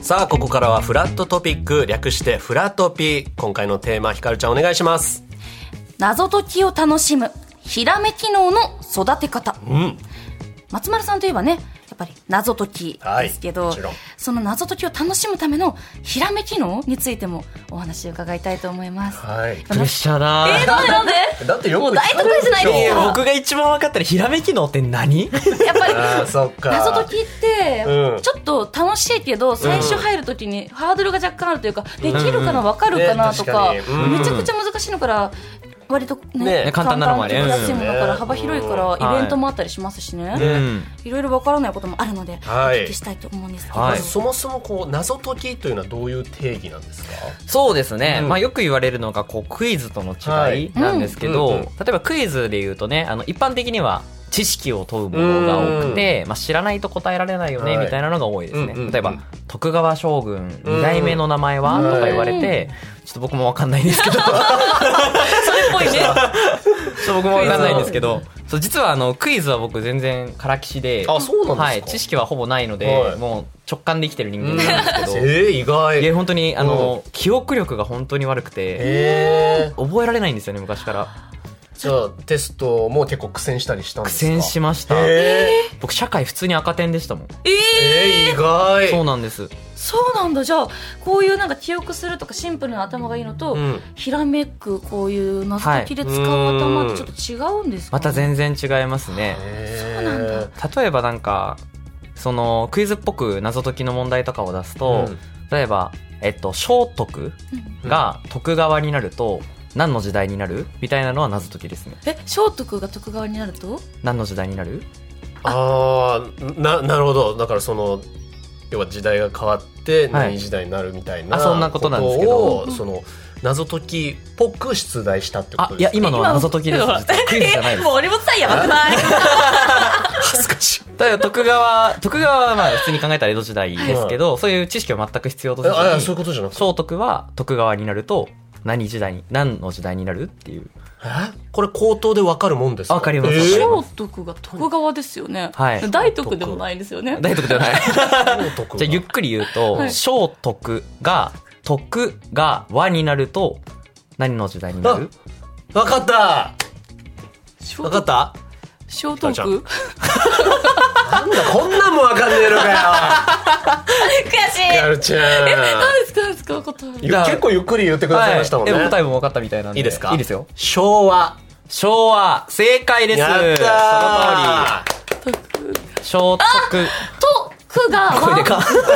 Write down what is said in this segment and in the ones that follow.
さあここからはフラットトピック、略してフラトピ。今回のテーマ、ひかるちゃんお願いします。 謎解きを楽しむひらめき脳の育て方。松丸さんといえばね、やっぱり謎解きですけど、その謎解きを楽しむためのひらめき脳についてもお話を伺いたいと思います。 プレッシャーだ。 なんでだってよくもう大得意じゃないですか。 僕が一番分かったらひらめき脳って何？ やっぱりそっか、 謎解きってちょっと楽しいけど、最初入るときにハードルが若干あるというか、できるかな分かるかなとか、めちゃくちゃ難しいのから割とね簡単なのもあり、 安いものから幅広いからイベントもあったりしますしね、いろいろわからないこともあるのでお聞きしたいと思うんですけど、 そもそもこう謎解きというのはどういう定義なんですか？ そうですね、よく言われるのがこうクイズとの違いなんですけど、例えばクイズで言うとね、一般的には知識を問うものが多くて、知らないと答えられないよねみたいなのが多いですね。例えば徳川将軍2代目の名前はとか言われて、ちょっと僕も分かんないんですけどそれっぽいね。 ちょっと僕も分かんないんですけど、そう実はクイズは僕全然からきしで、 そうなんですか？ 知識はほぼないので、もう直感で生きてる人間なんですけど、 意外。 いや本当に記憶力が本当に悪くて、覚えられないんですよね、昔から。 じゃあテストも結構苦戦したりしたんですか？ 苦戦しました。僕社会普通に赤点でしたもん。 意外。 そうなんです。 そうなんだ。じゃあこういうなんか記憶するとかシンプルな頭がいいのと、ひらめくこういう謎解きで使う頭ってちょっと違うんですかね？ また全然違いますね。 そうなんだ。 例えばなんかそのクイズっぽく謎解きの問題とかを出すと、例えば聖徳が徳川になると何の時代になるみたいなのは謎解きですね。 聖徳が徳川になると何の時代になる？ なるほど。だからその要は時代が変わって何時代になるみたいなそんなことなんですけど、 その謎解きっぽく出題したってことですか？ いや今のは謎解きです。実はクイズじゃないです。 もう森本さんやばくない？ 恥ずかしい。 だから徳川はまあ普通に考えたら江戸時代ですけど、そういう知識を全く必要とせずに、 そういうことじゃなくて、 聖徳は徳川になると何の時代になるっていう。 これ口頭で分かるもんですか？ 分かります。 聖徳が徳川ですよね。大徳でもないですよね。 大徳ではない。じゃあゆっくり言うと、聖徳が徳が和になると何の時代になる？ 分かった。分かった？ 聖徳？ なんだこんなんも分かんねえのかよ。 悔しい。 ひかるちゃん。 何ですか答え？ 結構ゆっくり言ってくださいましたもんね。 答えも分かったみたいなんで。 いいですか？ いいですよ。 昭和正解です。 やったー。その通り。聖徳徳が声でか。 す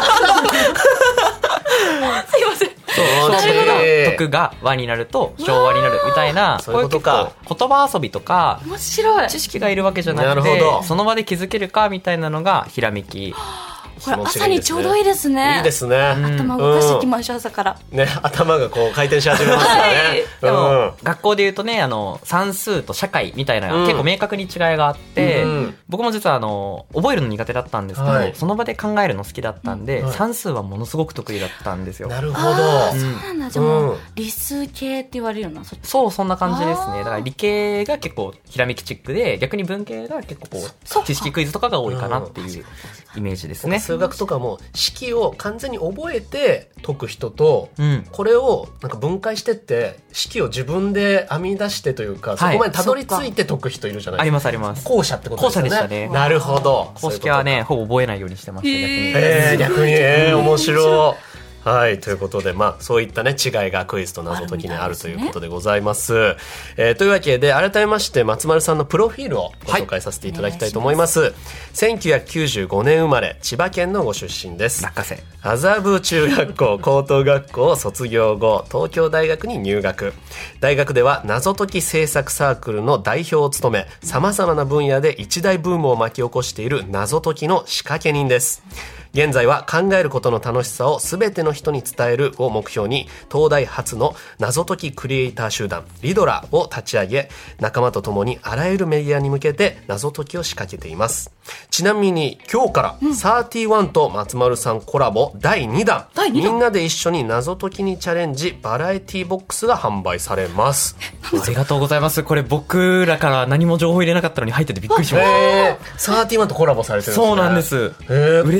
いません。 徳が和になると昭和になるみたいな、 そういうことか。 言葉遊びとか面白い知識がいるわけじゃなくて、その場で気づけるかみたいなのがひらめき。 これ朝にちょうどいいですね。 いいですね。 頭動かしていきましょう、朝からね。頭がこう回転し始めますからね。 でも学校で言うとね、算数と社会みたいな結構明確に違いがあって、僕も実は覚えるの苦手だったんですけど、その場で考えるの好きだったんで、算数はものすごく得意だったんですよ。 なるほど。 そうなんだ。じゃあもう理数系って言われるような。 そう、そんな感じですね。だから理系が結構ひらめきチックで、逆に文系が結構こう知識クイズとかが多いかなっていうイメージですね。 数学とかも式を完全に覚えて解く人と、これをなんか分解してって式を自分で編み出してというか、そこまでたどり着いて解く人いるじゃないですか。 ありますあります。 後者ってことですよね。 後者でしたね。 なるほど。 公式はねほぼ覚えないようにしてました。 逆に面白い。はい、ということで、そういったね違いがクイズと謎解きにあるということでございます。というわけで改めまして松丸さんのプロフィールをご紹介させていただきたいと思います。1995年生まれ、千葉県のご出身です。 落花生。 麻布中学校高等学校を卒業後、東京大学に入学。大学では謎解き制作サークルの代表を務め、様々な分野で一大ブームを巻き起こしている謎解きの仕掛け人です。現在は考えることの楽しさを全ての人に伝えるを目標に、東大初の謎解きクリエイター集団リドラを立ち上げ、仲間と共にあらゆるメディアに向けて謎解きを仕掛けています。ちなみに今日から31と松丸さんコラボ第2弾、みんなで一緒に謎解きにチャレンジバラエティボックスが販売されます。 ありがとうございます。これ僕らから何も情報入れなかったのに入っててびっくりしました。 31とコラボされてるんですね。 そうなんです。嬉しい。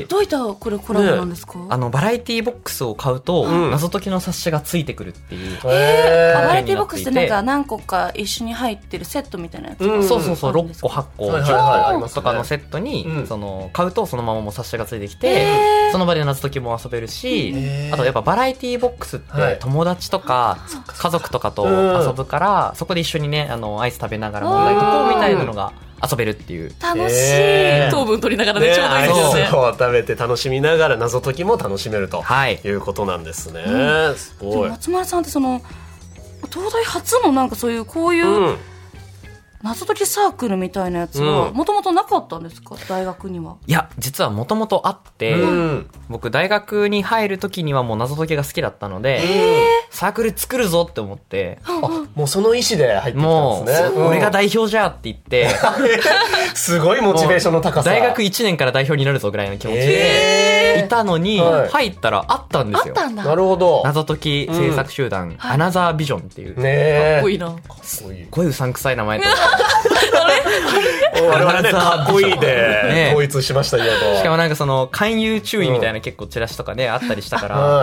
どういったこれコラボなんですか？ バラエティボックスを買うと、謎解きの冊子がついてくるっていう。 バラエティボックスってなんか何個か一緒に入ってるセットみたいなやつが、 そうそうそう、6個8個10個とかのセットに、買うとそのままもう冊子がついてきて、その場で謎解きも遊べるし、あとやっぱバラエティボックスって友達とか家族とかと遊ぶから、そこで一緒にねアイス食べながら問題解こうみたいなのが遊べるっていう。 楽しい、糖分取りながらね、ちょうどいいですよね。 アイスを食べて楽しみながら謎解きも楽しめるということなんですね。すごい。 松丸さんって東大初のなんかそういうこういう謎解きサークルみたいなやつはもともとなかったんですか、大学には？ いや、実はもともとあって、僕大学に入る時にはもう謎解きが好きだったので、サークル作るぞって思って、 もうその意思で入ってきたんですね。 俺が代表じゃって言ってすごいモチベーションの高さ。 大学1年から代表になるぞぐらいの気持ちでいたのに、入ったらあったんですよ。 なるほど。 謎解き制作集団、アナザービジョンっていう。 かっこいいな。 すっごいうさんくさい名前とか。 我々ね、かっこいいで統一しましたけど。 しかもなんか勧誘注意みたいな結構チラシとかね、あったりしたから、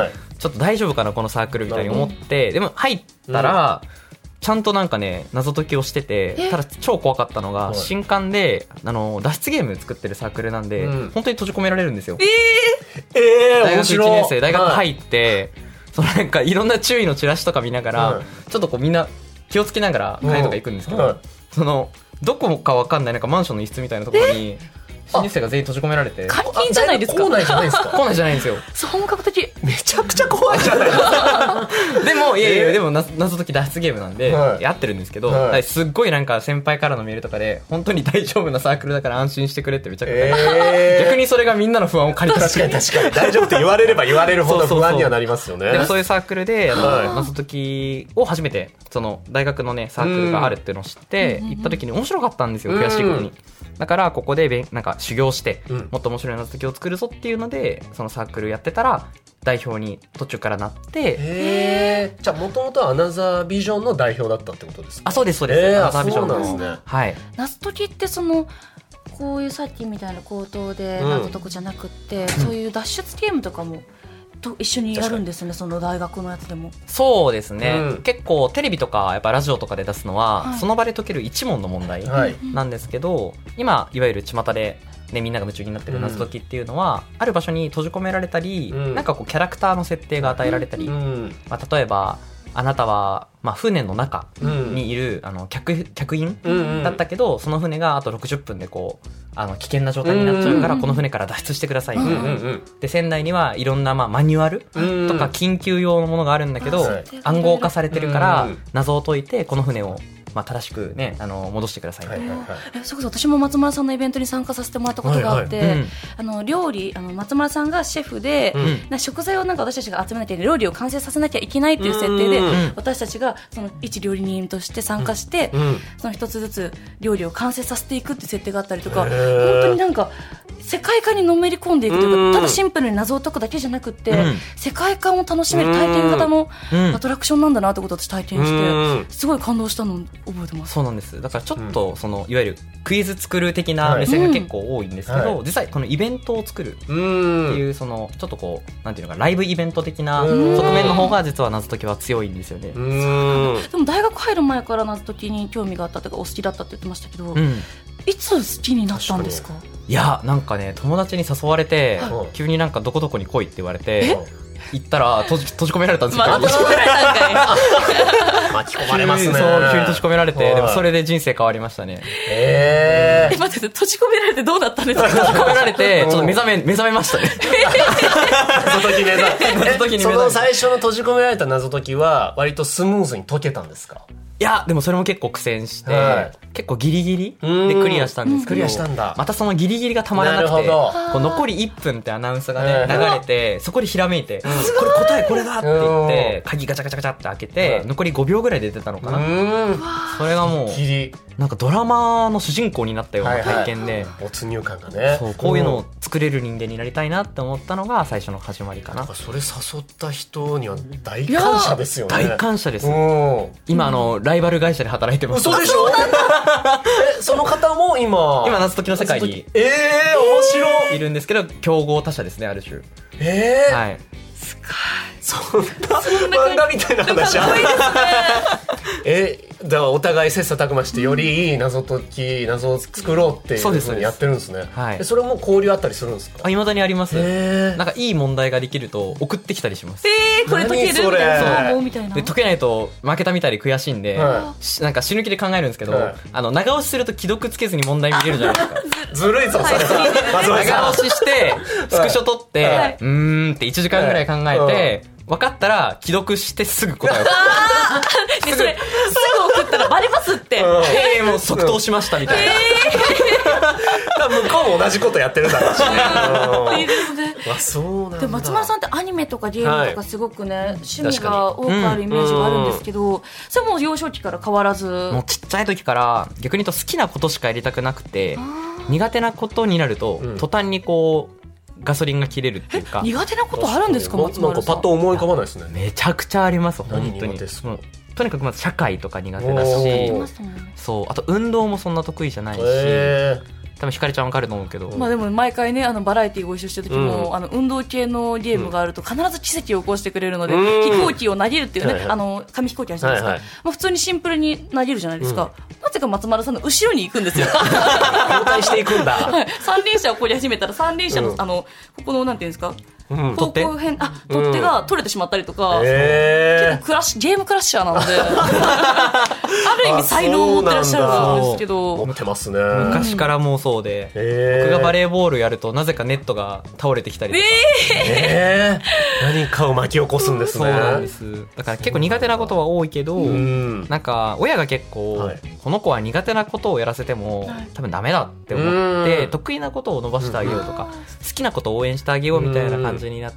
ちょっと大丈夫かなこのサークルみたいに思って、でも入ったら、ちゃんとなんかね、謎解きをしてて、ただ超怖かったのが、新刊で、脱出ゲーム作ってるサークルなんで、本当に閉じ込められるんですよ。大学1年生、大学入って、なんかいろんな注意のチラシとか見ながら、ちょっとこうみんな気をつけながら会とか行くんですけど、どこかわかんないなんかマンションの一室みたいなところに、新入生が全員閉じ込められて。 監禁じゃないですか。 校内じゃないですか。 校内じゃないんですよ。 本格的。 めちゃくちゃ怖いじゃないですか。 でも、でも謎解き脱出ゲームなんで、やってるんですけど、すっごいなんか先輩からのメールとかで、本当に大丈夫なサークルだから安心してくれってめちゃくちゃ逆にそれがみんなの不安を借りた。 確かに。大丈夫って言われれば言われるほど不安にはなりますよね。 でもそういうサークルで、謎解きを初めて、大学のね、サークルがあるっていうのを知って、行った時に面白かったんですよ、悔しいことに。だからここでなんか修行して、もっと面白い謎解きを作るぞっていうので、そのサークルやってたら代表に途中からなって。 じゃあもともとはアナザービジョンの代表だったってことですか？ そうですそうです。 アナザービジョンなんですね。 はい。謎解きってこういうさっきみたいな口頭で謎解くじゃなくって、そういう脱出ゲームとかもと一緒にやるんですね、その大学のやつでも。 そうですね、結構テレビとかやっぱラジオとかで出すのは、その場で解ける一問の問題なんですけど、今いわゆる巷で、ね、みんなが夢中になってる謎解きっていうのは、ある場所に閉じ込められたり、なんかこうキャラクターの設定が与えられたり、例えばあなたは、船の中にいる、客員だったけど、その船があと60分でこう危険な状態になっちゃうから、この船から脱出してください、で船内にはいろんな、マニュアルとか緊急用のものがあるんだけど、暗号化されてるから謎を解いてこの船を正しくね、戻してください。 それこそ私も松村さんのイベントに参加させてもらったことがあって、料理松村さんがシェフで、食材をなんか私たちが集めなきゃ料理を完成させなきゃいけないっていう設定で、私たちがその一料理人として参加して、その一つずつ料理を完成させていくっていう設定があったりとか、本当になんか世界観にのめり込んでいくというか、ただシンプルに謎を解くだけじゃなくて、世界観を楽しめる体験型のアトラクションなんだなってことを私体験して、すごい感動したのを覚えてます。 そうなんです。だからちょっといわゆるクイズ作る的な目線が結構多いんですけど、実際このイベントを作るっていうちょっとこうなんていうのか、ライブイベント的な側面の方が実は謎解きは強いんですよね。 でも大学入る前から謎解きに興味があったというかお好きだったって言ってましたけど、いつ好きになったんですか？ いや、なんかね、友達に誘われて、急になんかどこどこに来いって言われて、行ったら閉じ込められたんですよ。 閉じ込められたんかい。 巻き込まれますね。 そう、急に閉じ込められて、でもそれで人生変わりましたね。 待って、閉じ込められてどうだったんですか？ 閉じ込められて、ちょっと目覚めましたね。 謎解き目覚め。その最初の閉じ込められた謎解きは、割とスムーズに解けたんですか？ いや、でもそれも結構苦戦して、結構ギリギリでクリアしたんですけど、 クリアしたんだ。 またそのギリギリがたまらなくて、こう残り1分ってアナウンスがね、流れて、そこでひらめいて、これ答えこれだって言って、鍵ガチャガチャガチャって開けて、残り5秒ぐらいで出てたのかな。それがもう、なんかドラマの主人公になったような体験で、 没入感がね。 そう、こういうのを作れる人間になりたいなって思ったのが最初の始まりかな。 それ誘った人には大感謝ですよね。 大感謝です。今ライバル会社で働いてます。 嘘でしょ？その方もも今謎解きの世界に面白いるんですけど、競合他社ですね、ある種。はい。 そんな漫画みたいな話あるだからお互い切磋琢磨してよりいい謎解き、謎を作ろうっていうふうにやってるんですね。それも交流あったりするんですか？ 未だにあります。なんかいい問題ができると送ってきたりします。 これ解けるみたいな、みたいな。 で解けないと負けたみたいで悔しいんで、なんか死ぬ気で考えるんですけど、長押しすると既読つけずに問題見れるじゃないですか。 ずるいぞそれは。 長押ししてスクショ取ってって1時間ぐらい考えて、分かったら既読してすぐ答えをでそれすぐ送ったらバレますって、 もう即答しましたみたいな、 向こうも同じことやってるだろうしね。 いいですね。 そうなんだ。 で松丸さんってアニメとかゲームとかすごくね、趣味が多くあるイメージがあるんですけど、それも幼少期から変わらず。 もうちっちゃい時から逆に言うと好きなことしかやりたくなくて、苦手なことになると途端にこうガソリンが切れるっていうか。 苦手なことあるんですか、松丸さん？ なんかパッと思い浮かばないですね。 めちゃくちゃあります、本当に。とにかくまず社会とか苦手だし、そう、あと運動もそんな得意じゃないし、多分ひかりちゃんわかると思うけど、 でも毎回ね、バラエティーご一緒した時も、運動系のゲームがあると必ず奇跡を起こしてくれるので、飛行機を投げるっていうね、紙飛行機あるじゃないですか。普通にシンプルに投げるじゃないですか。なぜか松丸さんの後ろに行くんですよ。 交代していくんだ。 三輪車をこり始めたら、三輪車のここのなんていうんですか、方向変、取っ手が取れてしまったりとか、結構ゲームクラッシャーなので、ある意味才能を持ってらっしゃるんですけど。 持ってますね。 昔からもうそうで、僕がバレーボールやるとなぜかネットが倒れてきたりとか、 何かを巻き起こすんですね。 そうなんです。だから結構苦手なことは多いけど、なんか親が結構、この子は苦手なことをやらせても多分ダメだって思って、得意なことを伸ばしてあげようとか、好きなことを応援してあげようみたいな感じになって、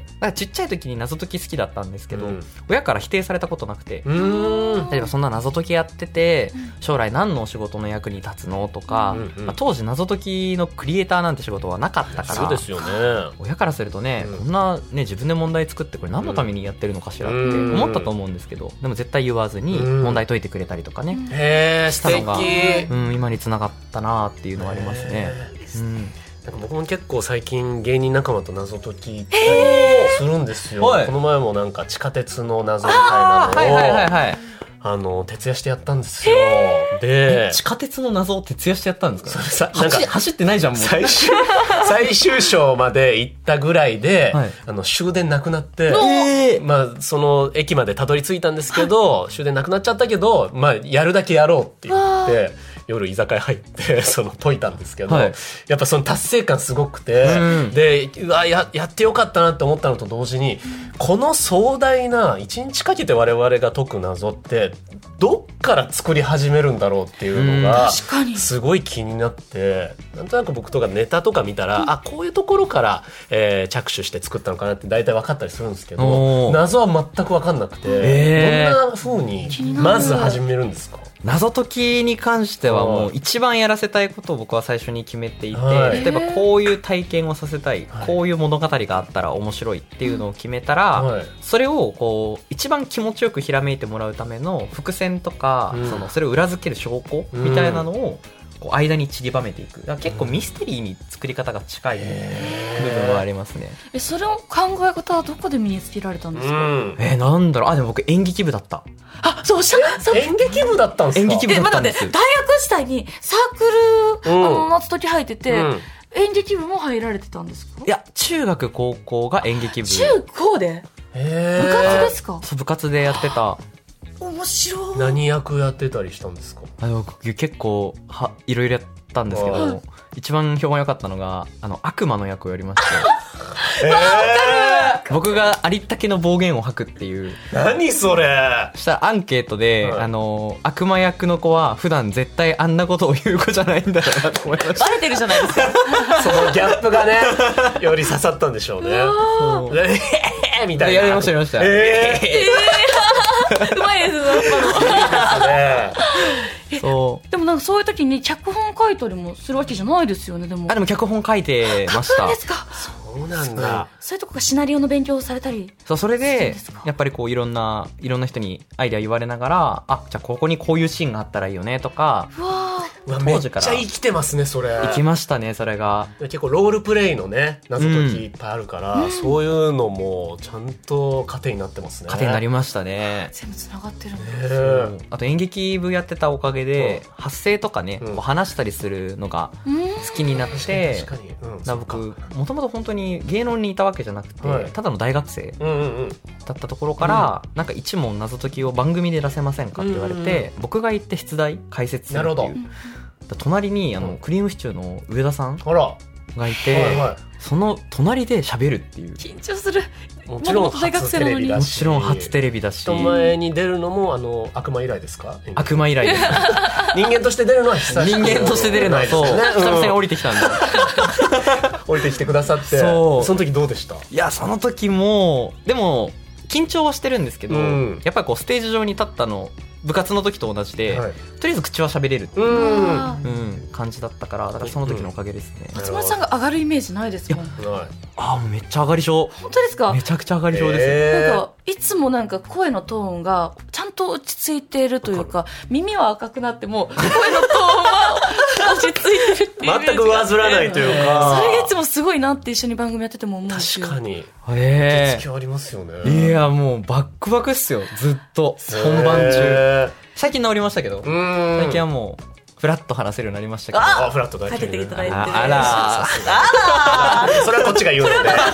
だからちっちゃい時に謎解き好きだったんですけど、親から否定されたことなくて、例えばそんな謎解きやってて将来何のお仕事の役に立つのとか、当時謎解きのクリエイターなんて仕事はなかったから、 そうですよね、 親からするとね、こんなね自分で問題作ってこれ何のためにやってるのかしらって思ったと思うんですけど、でも絶対言わずに問題解いてくれたりとかね、したのが、今に繋がったなっていうのはありますね。 なんか僕も結構最近芸人仲間と謎解きするんですよ。この前もなんか地下鉄の謎みたいなのを徹夜してやったんですよ。で、 地下鉄の謎を徹夜してやったんですか？ なんか走ってないじゃん、もう。 最終章まで行ったぐらいで、終電なくなって、その駅までたどり着いたんですけど、終電なくなっちゃったけど、やるだけやろうって言って、夜居酒屋入って解いたんですけど、やっぱその達成感すごくて、でやってよかったなって思ったのと同時に、この壮大な1日かけて我々が解く謎ってどっから作り始めるんだろうっていうのがすごい気になって、なんとなく僕とかネタとか見たら、こういうところから、着手して作ったのかなって大体分かったりするんですけど、謎は全く分かんなくて、どんな風にまず始めるんですか？ 謎解きに関してはもう一番やらせたいことを僕は最初に決めていて、例えばこういう体験をさせたい、こういう物語があったら面白いっていうのを決めたら、それをこう一番気持ちよくひらめいてもらうための伏線とか、それを裏付ける証拠みたいなのをこう間に散りばめていく。だから結構ミステリーに作り方が近い部分はありますね。 それを考え方はどこで身につけられたんですか？ なんだろう。でも僕演劇部だった。 そう演劇部だったんですか？ 演劇部だったんです。 大学時代にサークル謎解き入ってて、演劇部も入られてたんですか？ いや、中学高校が演劇部。 中高で？部活ですか？ そう、部活でやってた。 面白い。 何役やってたりしたんですか？ 結構いろいろやったんですけど、一番評判良かったのが悪魔の役をやりまして。僕がありったけの暴言を吐くっていう。 何それ？ そしたらアンケートで、悪魔役の子は普段絶対あんなことを言う子じゃないんだろうなと思いました。 バレてるじゃないですか。 そのギャップがね、より刺さったんでしょうね。みたいな。 やりました。うまいですね。でもなんかそういう時に脚本書いたりもするわけじゃないですよね。でも脚本書いてました。 ですか？ そうなんだ。 そういうとこがシナリオの勉強をされたり。 それでやっぱりこういろんな人にアイデア言われながら、じゃあここにこういうシーンがあったらいいよねとか、 当時からめっちゃ生きてますねそれ。 生きましたねそれが。 結構ロールプレイのね謎解きいっぱいあるから、そういうのもちゃんと糧になってますね。 糧になりましたね。 全部つながってるんだ。 あと演劇部やってたおかげで、発声とかね、こう話したりするのが好きになって、僕もともと本当に芸能にいたわけじゃなくて、ただの大学生だったところから、なんか一問謎解きを番組で出せませんかって言われて、僕が行って出題解説するっていう。隣にクリームシチューの上田さんがいて、その隣で喋るっていう。 緊張する。 もちろん初テレビだし、 もちろん初テレビだし、 人前に出るのも悪魔以来ですか？ 悪魔以来です。 人間として出るのは久しぶり。 人間として出るのはそう久々に降りてきたんで降りてきてくださって、その時どうでした？ いやその時もでも緊張はしてるんですけど、やっぱりこうステージ上に立ったの部活の時と同じで、とりあえず口は喋れるっていう感じだったから、だからその時のおかげですね。 松丸さんが上がるイメージないですもん。 もうめっちゃ上がり症。 本当ですか？ めちゃくちゃ上がり症です。 なんかいつもなんか声のトーンがちゃんと落ち着いているというか、耳は赤くなっても声のトーンは落ち着いてるっていうイメージが。 全く上ずらないというか。 それがいつもすごいなって一緒に番組やってても思うんですよ。 確かに。 手つきありますよね。 いやもうバックバクっすよずっと本番中。最近治りましたけど、最近はもうフラッと話せるようになりましたけど。 フラッとだけかけていただいて。 あらそれはこっちが言うので。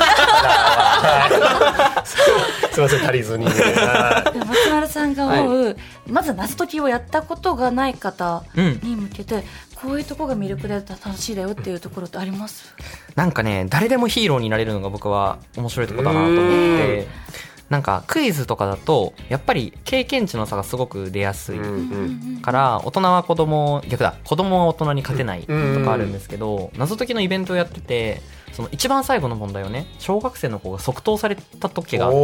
すいません足りずに。 松丸さんが思う、まず謎解きをやったことがない方に向けて、こういうとこが魅力で楽しいだよっていうところってあります？ なんかね、誰でもヒーローになれるのが僕は面白いところだなと思って、なんかクイズとかだとやっぱり経験値の差がすごく出やすいから、大人は子供は大人に勝てないとかあるんですけど、謎解きのイベントをやってて、その一番最後の問題をね、小学生の子が即答された時があって、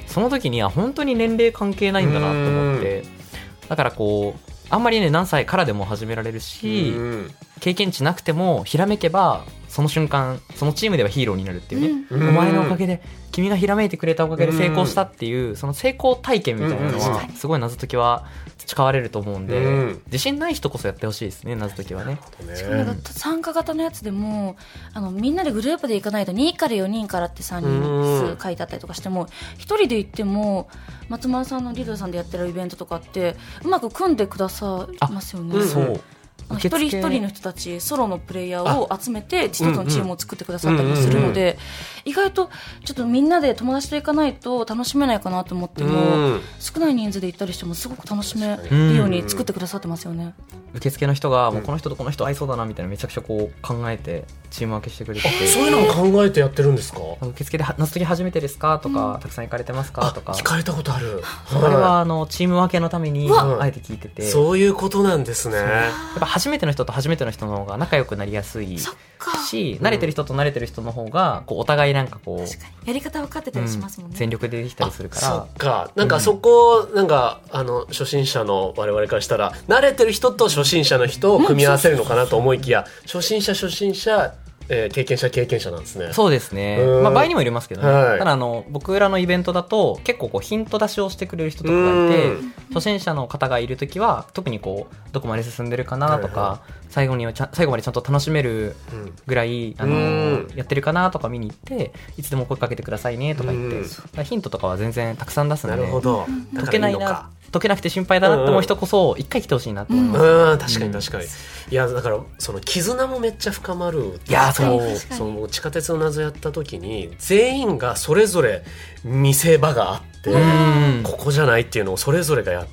その時には本当に年齢関係ないんだなと思って、だからこうあんまりね、何歳からでも始められるし、経験値なくてもひらめけばその瞬間そのチームではヒーローになるっていうね、お前のおかげで君がひらめいてくれたおかげで成功したっていう、その成功体験みたいなのはすごい謎解きは培われると思うんで、自信ない人こそやってほしいですね、謎解きはね。 参加型のやつでもみんなでグループで行かないと2から4人からって3人数書いてあったりとかしても、1人で行っても松丸さんのリドさんでやってるイベントとかってうまく組んでくださいますよね。 そう一人一人の人たちソロのプレイヤーを集めて一つのチームを作ってくださったりもするので、意外とちょっとみんなで友達と行かないと楽しめないかなと思っても、少ない人数で行ったりしてもすごく楽しめるように作ってくださってますよね。 受付の人がもうこの人とこの人合いそうだなみたいなめちゃくちゃこう考えてチーム分けしてくれて、 そういうのも考えてやってるんですか？ 受付で謎解き初めてですかとか、たくさん行かれてますかとか聞かれたことある。 それはチーム分けのためにあえて聞いてて、 そういうことなんですね。 やっぱ初めての人と初めての人の方が仲良くなりやすいし、慣れてる人と慣れてる人の方がこうお互いなんかこう確かにやり方分かってたりしますもんね、 全力でできたりするから。 そっか、なんかそこ、なんか初心者の我々からしたら慣れてる人と初心者の人を組み合わせるのかなと思いきや、初心者経験者なんですね。 そうですね、まあ、場合にもよりますけどね、ただ僕らのイベントだと結構こうヒント出しをしてくれる人とかがいて、初心者の方がいるときは特にこうどこまで進んでるかなとか、最後までちゃんと楽しめるぐらいやってるかなとか見に行って、いつでも声かけてくださいねとか言って、ヒントとかは全然たくさん出すので、 なるほど、 解けなくて心配だなって思う人こそ一回来てほしいなと思います。 確かに、いやだからその絆もめっちゃ深まる。 いやその地下鉄の謎やった時に全員がそれぞれ見せ場があって、ここじゃないっていうのをそれぞれがやって、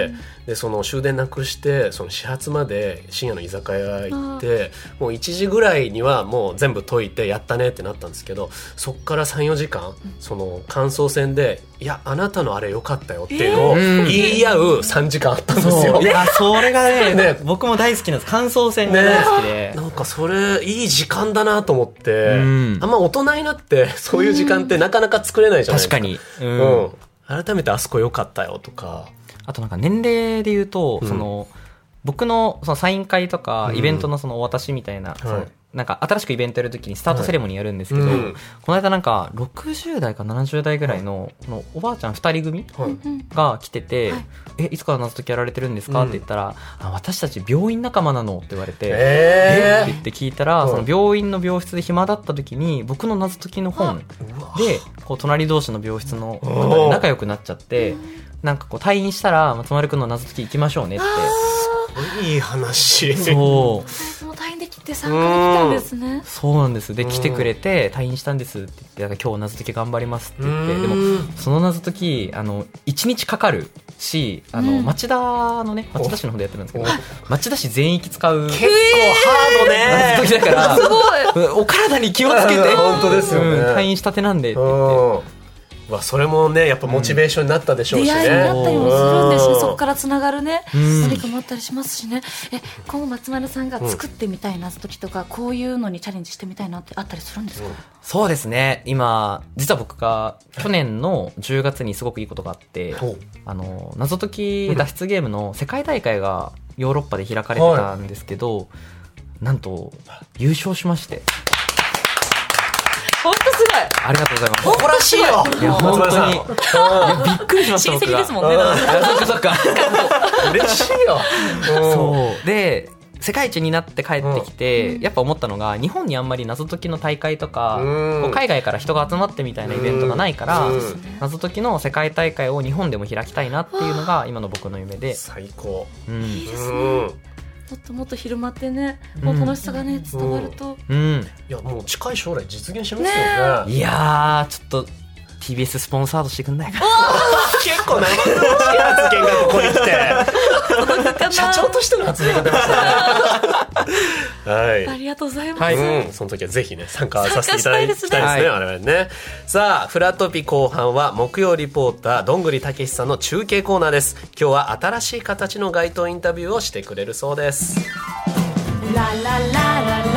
でその終電なくしてその始発まで深夜の居酒屋行って、もう1時ぐらいにはもう全部解いてやったねってなったんですけど、そっから 3,4 時間その感想戦で、いやあなたのあれ良かったよっていうのを言い合う3時間あったんですよ。 いやそれが ね僕も大好きなんです。感想戦が大好きで、 なんかそれいい時間だなと思って、あんま大人になってそういう時間ってなかなか作れないじゃないですか。 確かに、 改めてあそこ良かったよとか。 あとなんか年齢で言うと、その僕のそのサイン会とかイベントのそのお渡しみたいな、なんか新しくイベントやるときにスタートセレモニーやるんですけど、この間なんか60代か70代ぐらいのこのおばあちゃん2人組が来てて、いつから謎解きやられてるんですかって言ったら、私たち病院仲間なのって言われて、って言って聞いたら、その病院の病室で暇だった時に僕の謎解きの本でこう隣同士の病室の方で仲良くなっちゃって、なんかこう退院したら松丸くんの謎解き行きましょうねって。 いい話。 そう。 もう退院できて参加できたんですね。 そうなんです。で、来てくれて、退院したんですって言って、だから今日謎解き頑張りますって言って、でも、その謎解き、1日かかるし、町田のね、町田市の方でやってるんですけど、町田市全域使う。 結構ハードね。 謎解きだから、 すごい。 お体に気をつけて。 本当ですよね。 退院したてなんでって言って。 それもねやっぱモチベーションになったでしょうしね、 出会いになったりもするんですし、そこからつながるね、何かもあったりしますしね。今後松丸さんが作ってみたい謎解きとか、こういうのにチャレンジしてみたいなってあったりするんですか？ そうですね。今実は僕が去年の10月にすごくいいことがあって、謎解き脱出ゲームの世界大会がヨーロッパで開かれてたんですけど、なんと優勝しまして。 本当すごい。 ありがとうございます。 誇らしいよ。 いや本当に。びっくりしました。 親戚ですもんね。 そっか。 嬉しいよ。 そうで世界一になって帰ってきて、やっぱ思ったのが日本にあんまり謎解きの大会とか、こう海外から人が集まってみたいなイベントがないから、謎解きの世界大会を日本でも開きたいなっていうのが今の僕の夢で。 最高。 いいですね。もっともっと広まってね、もう楽しさがね伝わると、 いやもう近い将来実現しますよね。 いやーちょっと TBS スポンサードしてくんないかな。 結構生々しい発言がここに来て社長としての発言が出ましたね。はい、 ありがとうございます、 その時はぜひね参加させていただきたいですね、我々ね。さあフラトピ後半は木曜リポーターどんぐりたけしさんの中継コーナーです。今日は新しい形の街頭インタビューをしてくれるそうです。 ラララララ